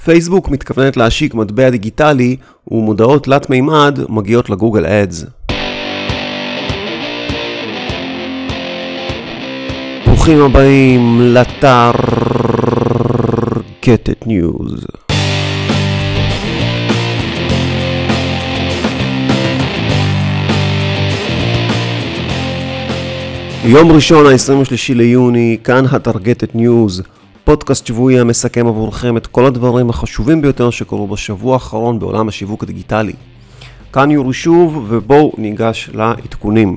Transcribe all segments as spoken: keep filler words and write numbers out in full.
פייסבוק מתכוונת להשיק מטבע דיגיטלי ומודעות תלת מימד מגיעות לגוגל אדס. ברוכים הבאים לטרגטד ניוז. יום ראשון ה-עשרים ושלושה ליוני, כאן הטרגטד ניוז, פודקאסט שבועי המסכם עבורכם את כל הדברים החשובים ביותר שקרו בשבוע האחרון בעולם השיווק הדיגיטלי. כאן יורי שוב, ובואו ניגש לעדכונים.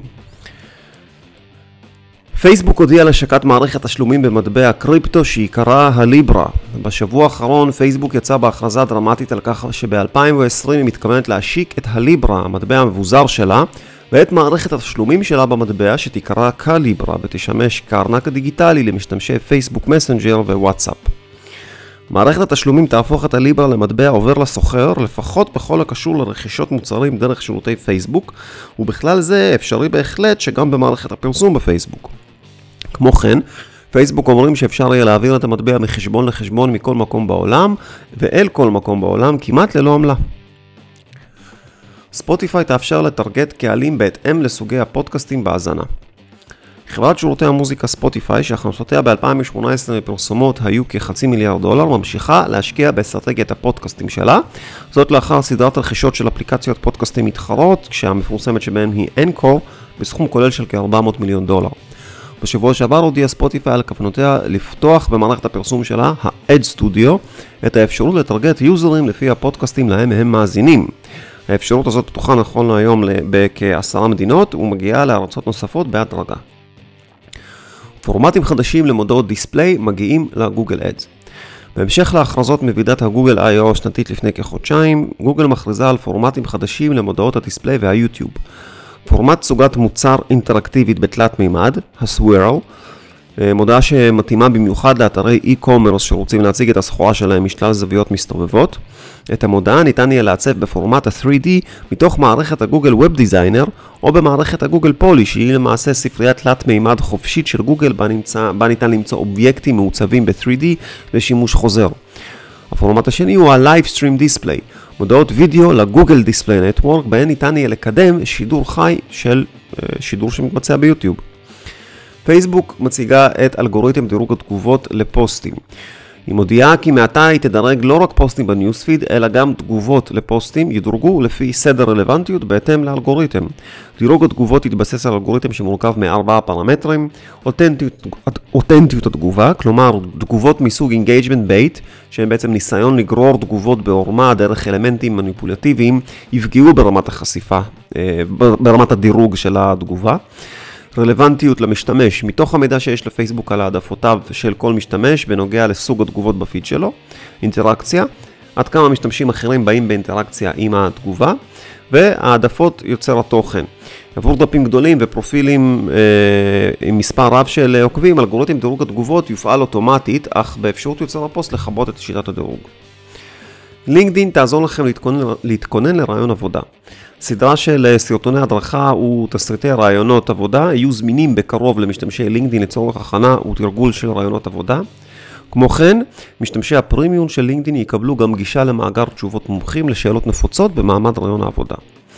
פייסבוק הודיע על השקת מערכת תשלומים במטבע קריפטו שעיקרה הליברה. בשבוע האחרון פייסבוק יצא בהכרזה דרמטית על כך שב-אלפיים ועשרים היא מתכוונת להשיק את הליברה, המטבע המבוזר שלה, ואת מערכת התשלומים שלה במטבע שתיקרא קליברה ותשמש כארנק דיגיטלי למשתמשי פייסבוק מסנג'ר ווואטסאפ. מערכת התשלומים תהפוך את הליברה למטבע עובר לסוחר, לפחות בכל הקשור לרכישות מוצרים דרך שירותי פייסבוק, ובכלל זה אפשרי בהחלט שגם במערכת הפרסום בפייסבוק. כמו כן, פייסבוק אומרים שאפשר יהיה להעביר את המטבע מחשבון לחשבון מכל מקום בעולם, ואל כל מקום בעולם כמעט ללא עמלה. ספוטיפיי תאפשר לטרגט קהלים בהתאם לסוגי הפודקאסטים בהאזנה. חברת שירותי המוזיקה ספוטיפיי, שהכנסותיה ב-אלפיים שמונה עשרה מפרסומות היו כחצי מיליארד דולר, ממשיכה להשקיע באסטרטגיית הפודקאסטים שלה. זאת לאחר סדרת רכישות של אפליקציות פודקאסטים מתחרות, כשהמפורסמת שבהן היא אנקור, בסכום כולל של כ-ארבע מאות מיליון דולר. בשבוע שעבר הודיעה ספוטיפיי על כוונותיה לפתוח במערכת הפרסום שלה, ה-Ad Studio, את האפשרות לטרגט יוזרים לפי הפודקאסטים להם הם מאזינים. האפשרות הזאת פתוחה נכון להיום בכעשרה מדינות ומגיעה לארצות נוספות בהדרגה. פורמטים חדשים למודעות דיספליי מגיעים לגוגל אדס. בהמשך להכרזות מוועידת הגוגל איי או שנתית לפני כחודשיים, גוגל מכריזה על פורמטים חדשים למודעות הדיספליי והיוטיוב. פורמט סוגת מוצר אינטראקטיבית בתלת מימד, הסווירל, מודעה שמתאימה במיוחד לאתרי e-commerce שרוצים להציג את הסחורה שלהם משלל זוויות מסתובבות. את המודעה ניתן יהיה לעצב בפורמט ה-תרי די מתוך מערכת הגוגל ווב דיזיינר או במערכת הגוגל פולי, שהיא למעשה ספריית תלת מימד חופשית של גוגל בה, נמצא, בה ניתן למצוא אובייקטים מעוצבים ב-תרי די לשימוש חוזר. הפורמט השני הוא ה-Live Stream Display, מודעות וידאו לגוגל דיספליי נטוורק, בהן ניתן יהיה לקדם שידור חי של שידור שמתבצע ביוטיוב. פייסבוק מציגה את אלגוריתם דירוג התגובות לפוסטים. היא מודיעה כי מעתה היא תדרג לא רק פוסטים בניוספיד, אלא גם תגובות לפוסטים ידורגו לפי סדר רלוונטיות בהתאם לאלגוריתם. דירוג התגובות יתבסס על אלגוריתם שמורכב מארבעה פרמטרים: אותנטיות, אותנטיות התגובה, כלומר תגובות מסוג engagement bait, שהם בעצם ניסיון לגרור תגובות בעורמה דרך אלמנטים מניפולטיביים, יפגעו ברמת החשיפה, ברמת הדירוג של התגובה. רלוונטיות למשתמש, מתוך המידע שיש לפייסבוק על העדפותיו של כל משתמש בנוגע לסוג התגובות בפיד שלו. אינטראקציה, עד כמה משתמשים אחרים באים באינטראקציה עם התגובה, והעדפות יוצר התוכן. עבור דפים גדולים ופרופילים אה, עם מספר רב של עוקבים, אלגוריתם דירוג התגובות יופעל אוטומטית, אך באפשרות יוצר הפוסט לכבות את שיטת הדירוג. לינקדין תעזור לכם להתכונן, להתכונן לרעיון עבודה. סדרה של סרטוני הדרכה ותסריטי רעיונות עבודה יהיו זמינים בקרוב למשתמשי לינקדין לצורך הכנה ותרגול של רעיונות עבודה. כמו כן, משתמשי הפרימיום של לינקדין יקבלו גם גישה למאגר תשובות מומחים לשאלות נפוצות במעמד רעיון העבודה.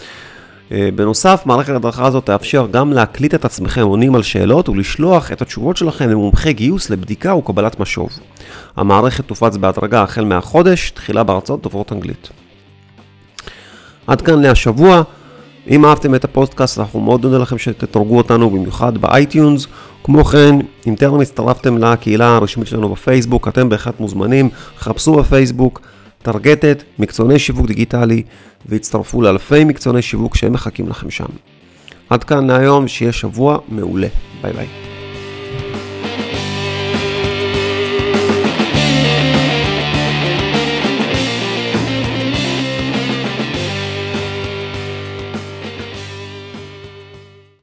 בנוסף, מערכת הדרכה הזאת תאפשר גם להקליט את עצמכם עונים על שאלות ולשלוח את התשובות שלכם למומחי גיוס לבדיקה וקבלת משוב. המערכת תופץ בהדרגה החל מהחודש, תחילה בארצות דוברות אנגלית. עד כאן להשבוע. אם אהבתם את הפודקאסט, אנחנו מאוד נודה לכם שתתרגו אותנו במיוחד באייטיונס. כמו כן, אם טרם הצטרפתם לקהילה הרשמית שלנו בפייסבוק, אתם בהחלט מוזמנים, חפשו בפייסבוק טרגטד, מקצועני שיווק דיגיטלי, והצטרפו לאלפי מקצועני שיווק שהם מחכים לכם שם. עד כאן להיום, שיהיה שבוע מעולה. ביי ביי.